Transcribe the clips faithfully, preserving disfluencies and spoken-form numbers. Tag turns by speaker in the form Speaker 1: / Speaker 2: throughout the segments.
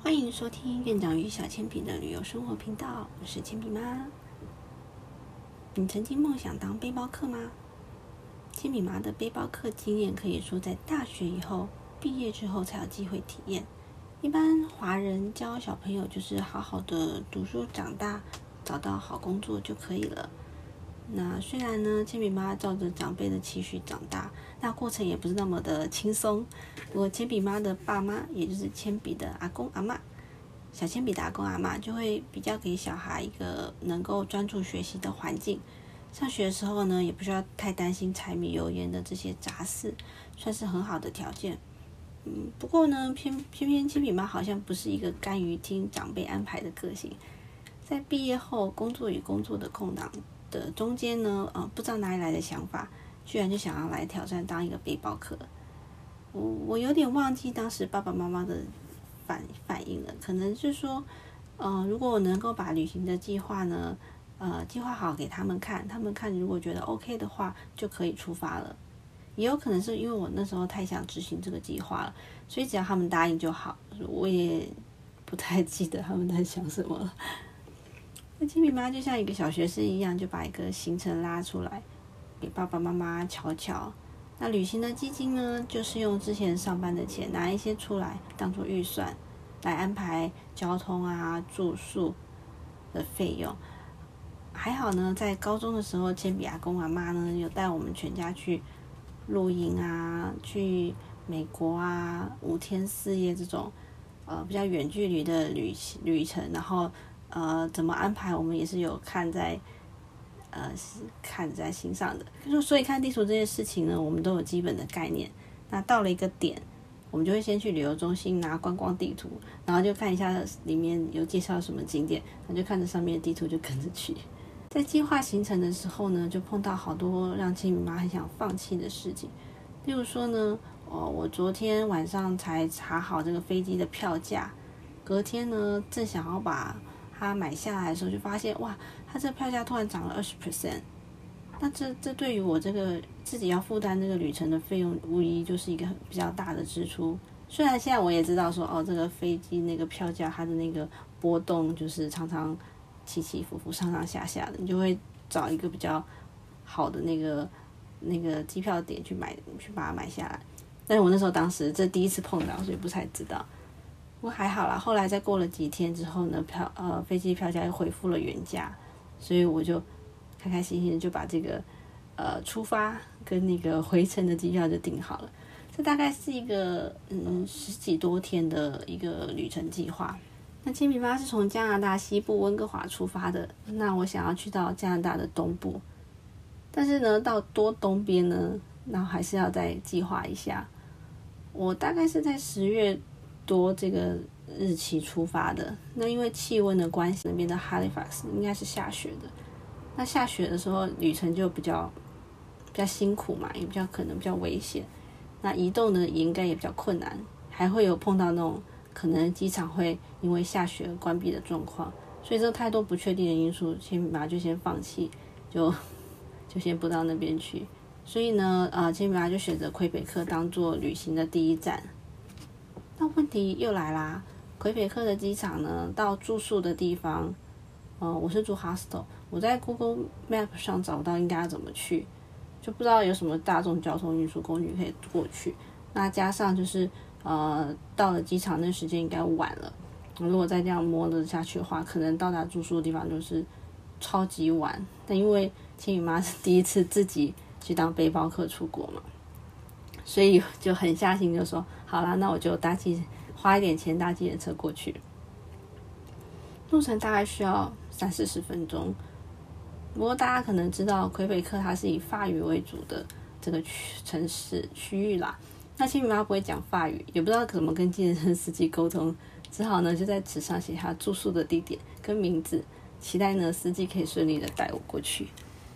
Speaker 1: 欢迎收听院长与小铅笔的旅游生活频道，我是铅笔妈。你曾经梦想当背包客吗？铅笔妈的背包客经验可以说在大学以后毕业之后才有机会体验。一般华人教小朋友就是好好的读书长大，找到好工作就可以了。那虽然呢，铅笔妈照着长辈的期许长大，那过程也不是那么的轻松。不过铅笔妈的爸妈，也就是铅笔的阿公阿嬷，小铅笔的阿公阿嬷就会比较给小孩一个能够专注学习的环境。上学的时候呢，也不需要太担心柴米油盐的这些杂事，算是很好的条件。嗯，不过呢，偏偏偏铅笔妈好像不是一个甘于听长辈安排的个性。在毕业后，工作与工作的空档的中间呢，呃，不知道哪里来的想法，居然就想要来挑战当一个背包客。我我有点忘记当时爸爸妈妈的反反应了，可能是说，呃，如果我能够把旅行的计划呢，呃，计划好给他们看，他们看如果觉得 OK 的话，就可以出发了。也有可能是因为我那时候太想执行这个计划了，所以只要他们答应就好。我也不太记得他们在想什么了。那铅笔妈就像一个小学生一样，就把一个行程拉出来给爸爸妈妈瞧瞧。那旅行的基金呢，就是用之前上班的钱拿一些出来当做预算，来安排交通啊、住宿的费用。还好呢，在高中的时候，铅笔阿公阿妈呢有带我们全家去露营啊，去美国啊，五天四夜这种呃比较远距离的旅旅程，然后呃怎么安排，我们也是有看在呃看在心上的。所以看地图这件事情呢，我们都有基本的概念。那到了一个点，我们就会先去旅游中心拿观光地图，然后就看一下里面有介绍什么景点，那就看着上面的地图就跟着去。在计划行程的时候呢，就碰到好多让铅笔妈很想放弃的事情。例如说呢，哦，我昨天晚上才查好这个飞机的票价，隔天呢正想要把它买下来的时候，就发现哇，它这个票价突然涨了 百分之二十。那这这对于我这个自己要负担这个旅程的费用，无疑就是一个比较大的支出。虽然现在我也知道说，哦，这个飞机那个票价它的那个波动就是常常起起伏伏、上上下下的，你就会找一个比较好的那个那个机票点去买，去把它买下来。但是我那时候当时这第一次碰到，所以不太知道。不过还好啦，后来再过了几天之后呢，票呃飞机票价又恢复了原价，所以我就开开心心的就把这个呃出发跟那个回程的机票就订好了。这大概是一个嗯十几多天的一个旅程计划。那铅笔妈是从加拿大西部温哥华出发的，那我想要去到加拿大的东部，但是呢，到多东边呢，那还是要再计划一下。我大概是在十月多这个日期出发的，那因为气温的关系，那边的 Halifax 应该是下雪的。那下雪的时候，旅程就比较比较辛苦嘛，也比较可能比较危险。那移动呢，也应该也比较困难，还会有碰到那种可能机场会因为下雪而关闭的状况，所以这太多不确定的因素，铅笔妈就先放弃，就就先不到那边去。所以呢，呃，铅笔妈就选择魁北克当做旅行的第一站。那问题又来啦，魁北克的机场呢，到住宿的地方，呃，我是住 hostel， 我在 Google Map 上找不到应该要怎么去，就不知道有什么大众交通运输工具可以过去。那加上就是呃，到了机场那时间应该晚了，如果再这样摸了下去的话，可能到达住宿的地方就是超级晚。但因为铅笔妈是第一次自己去当背包客出国嘛，所以就狠下心就说好啦，那我就搭计花一点钱搭计程车过去。路程大概需要三四十分钟，不过大家可能知道魁北克它是以法语为主的这个区城市区域啦。那铅笔妈不会讲法语，也不知道怎么跟计程车司机沟通，只好呢就在纸上写下住宿的地点跟名字，期待呢司机可以顺利的带我过去。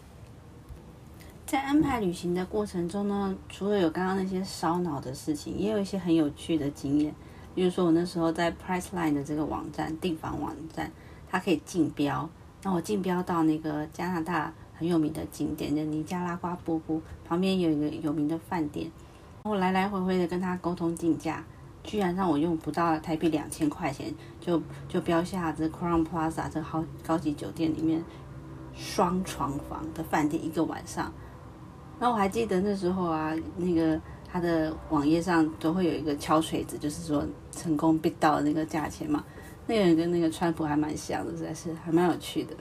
Speaker 1: 在安排旅行的过程中呢，除了有刚刚那些烧脑的事情，也有一些很有趣的经验。比如说我那时候在 Priceline 的这个网站订房网站，它可以竞标，那我竞标到那个加拿大很有名的景点的尼加拉瓜瀑布旁边有一个有名的饭店，我来来回回的跟他沟通竞价， 居然让我用不到台币两千块钱就就标下这 Crown Plaza 这高高级酒店里面双床房的饭店一个晚上。然后我还记得那时候啊，那个他的网页上都会有一个敲锤子，就是说成功 bid 到的那个价钱嘛。那个人跟那个川普还蛮像的，实在是还蛮有趣的。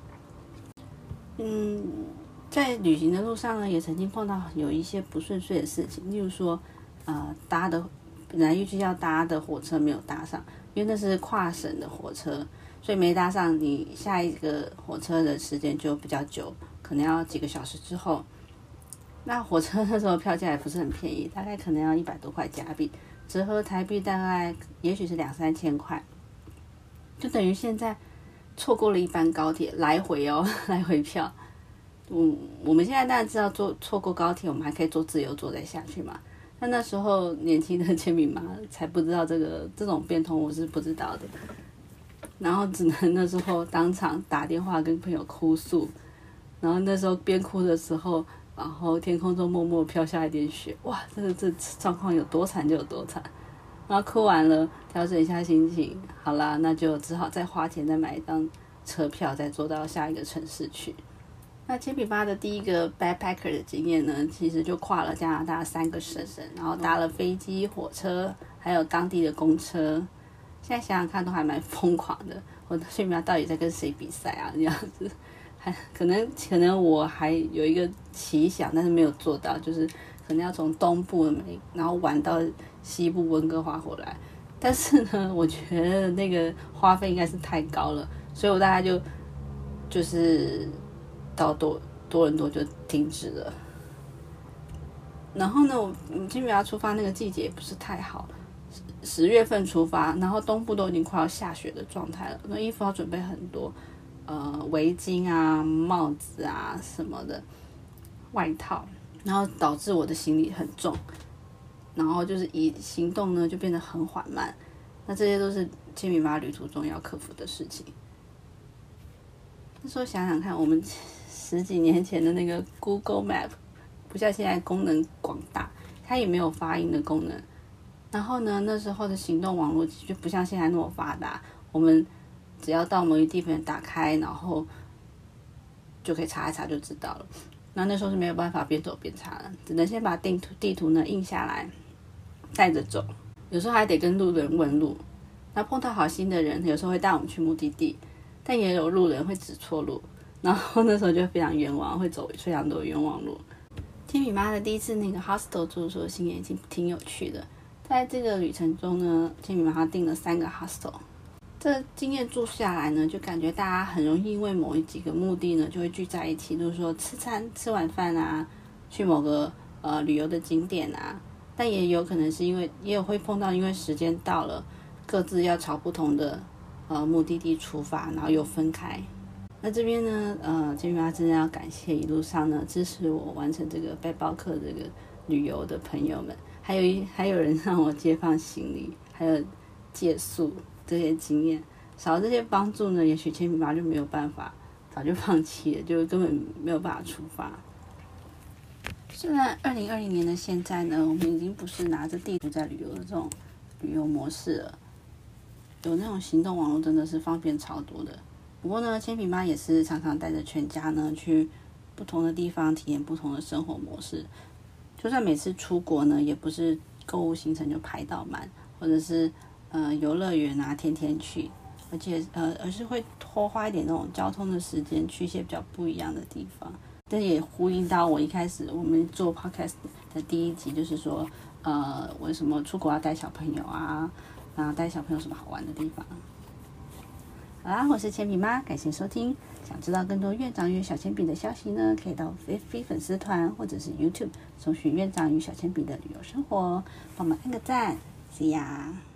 Speaker 1: 嗯，在旅行的路上呢，也曾经碰到有一些不顺遂的事情，例如说，呃，搭的本来预计要搭的火车没有搭上，因为那是跨省的火车，所以没搭上，你下一个火车的时间就比较久，可能要几个小时之后。那火车那时候票价也不是很便宜，大概可能要一百多块加币，折合台币大概也许是两三千块，就等于现在错过了一班高铁来回哦，来回票。嗯，我们现在当然知道坐错过高铁，我们还可以坐自由座再下去嘛。那那时候年轻的签名嘛，才不知道这个这种变通，我是不知道的。然后只能那时候当场打电话跟朋友哭诉，然后那时候边哭的时候，然后天空中默默飘下一点雪，哇，这个这状况有多惨就有多惨。然后哭完了，调整一下心情，好啦，那就只好再花钱再买一张车票，再坐到下一个城市去。那千比妈的第一个 backpacker 的经验呢，其实就跨了加拿大三个省，然后搭了飞机、火车，还有当地的公车。现在想想看，都还蛮疯狂的。我的千比妈到底在跟谁比赛啊？这样子，还可能可能我还有一个奇想，但是没有做到，就是可能要从东部美，然后玩到西部温哥华回来。但是呢，我觉得那个花费应该是太高了，所以我大概就就是到多多伦多就停止了。然后呢，我千比妈出发那个季节也不是太好，十月份出发，然后东部都已经快要下雪的状态了，那衣服要准备很多，呃，围巾啊、帽子啊什么的，外套，然后导致我的行李很重，然后就是以行动呢就变得很缓慢，那这些都是千比妈旅途中要克服的事情。那时候想想看，我们十几年前的那个 Google Map 不像现在功能广大，它也没有发音的功能。然后呢，那时候的行动网络就不像现在那么发达，我们只要到某一地方打开，然后就可以查一查就知道了。那那时候是没有办法边走边查的，只能先把地图地图呢印下来，带着走。有时候还得跟路人问路。那碰到好心的人，有时候会带我们去目的地，但也有路人会指错路，然后那时候就非常冤枉，会走非常多冤枉路。千比妈的第一次那个 hostel 住宿的经验挺挺有趣的。在这个旅程中呢，千比妈订了三个 hostel。这经验住下来呢，就感觉大家很容易因为某一几个目的呢，就会聚在一起，就是说吃餐、吃晚饭啊，去某个呃旅游的景点啊。但也有可能是因为，也有会碰到因为时间到了，各自要朝不同的呃目的地出发，然后又分开。那这边呢，呃，千比妈真的要感谢一路上呢支持我完成这个背包客这个旅游的朋友们。还有一还有人让我接放行李，还有借宿这些经验，少了这些帮助呢，也许千比妈就没有办法，早就放弃了，就根本没有办法出发。虽然二零二零年的现在呢，我们已经不是拿着地图在旅游的这种旅游模式了，有那种行动网络真的是方便超多的。不过呢，千比妈也是常常带着全家呢去不同的地方体验不同的生活模式。就算每次出国呢，也不是购物行程就排到满，或者是呃游乐园啊天天去，而且呃而是会多花一点那种交通的时间去一些比较不一样的地方。这也呼应到我一开始我们做 podcast 的第一集，就是说呃为什么出国要带小朋友啊，然后带小朋友什么好玩的地方。好啦，我是千比妈，感谢收听。想知道更多院长与小铅笔的消息呢，可以到 F B 粉丝团或者是 YouTube 搜寻院长与小铅笔的旅游生活，帮忙按个赞 ，See ya。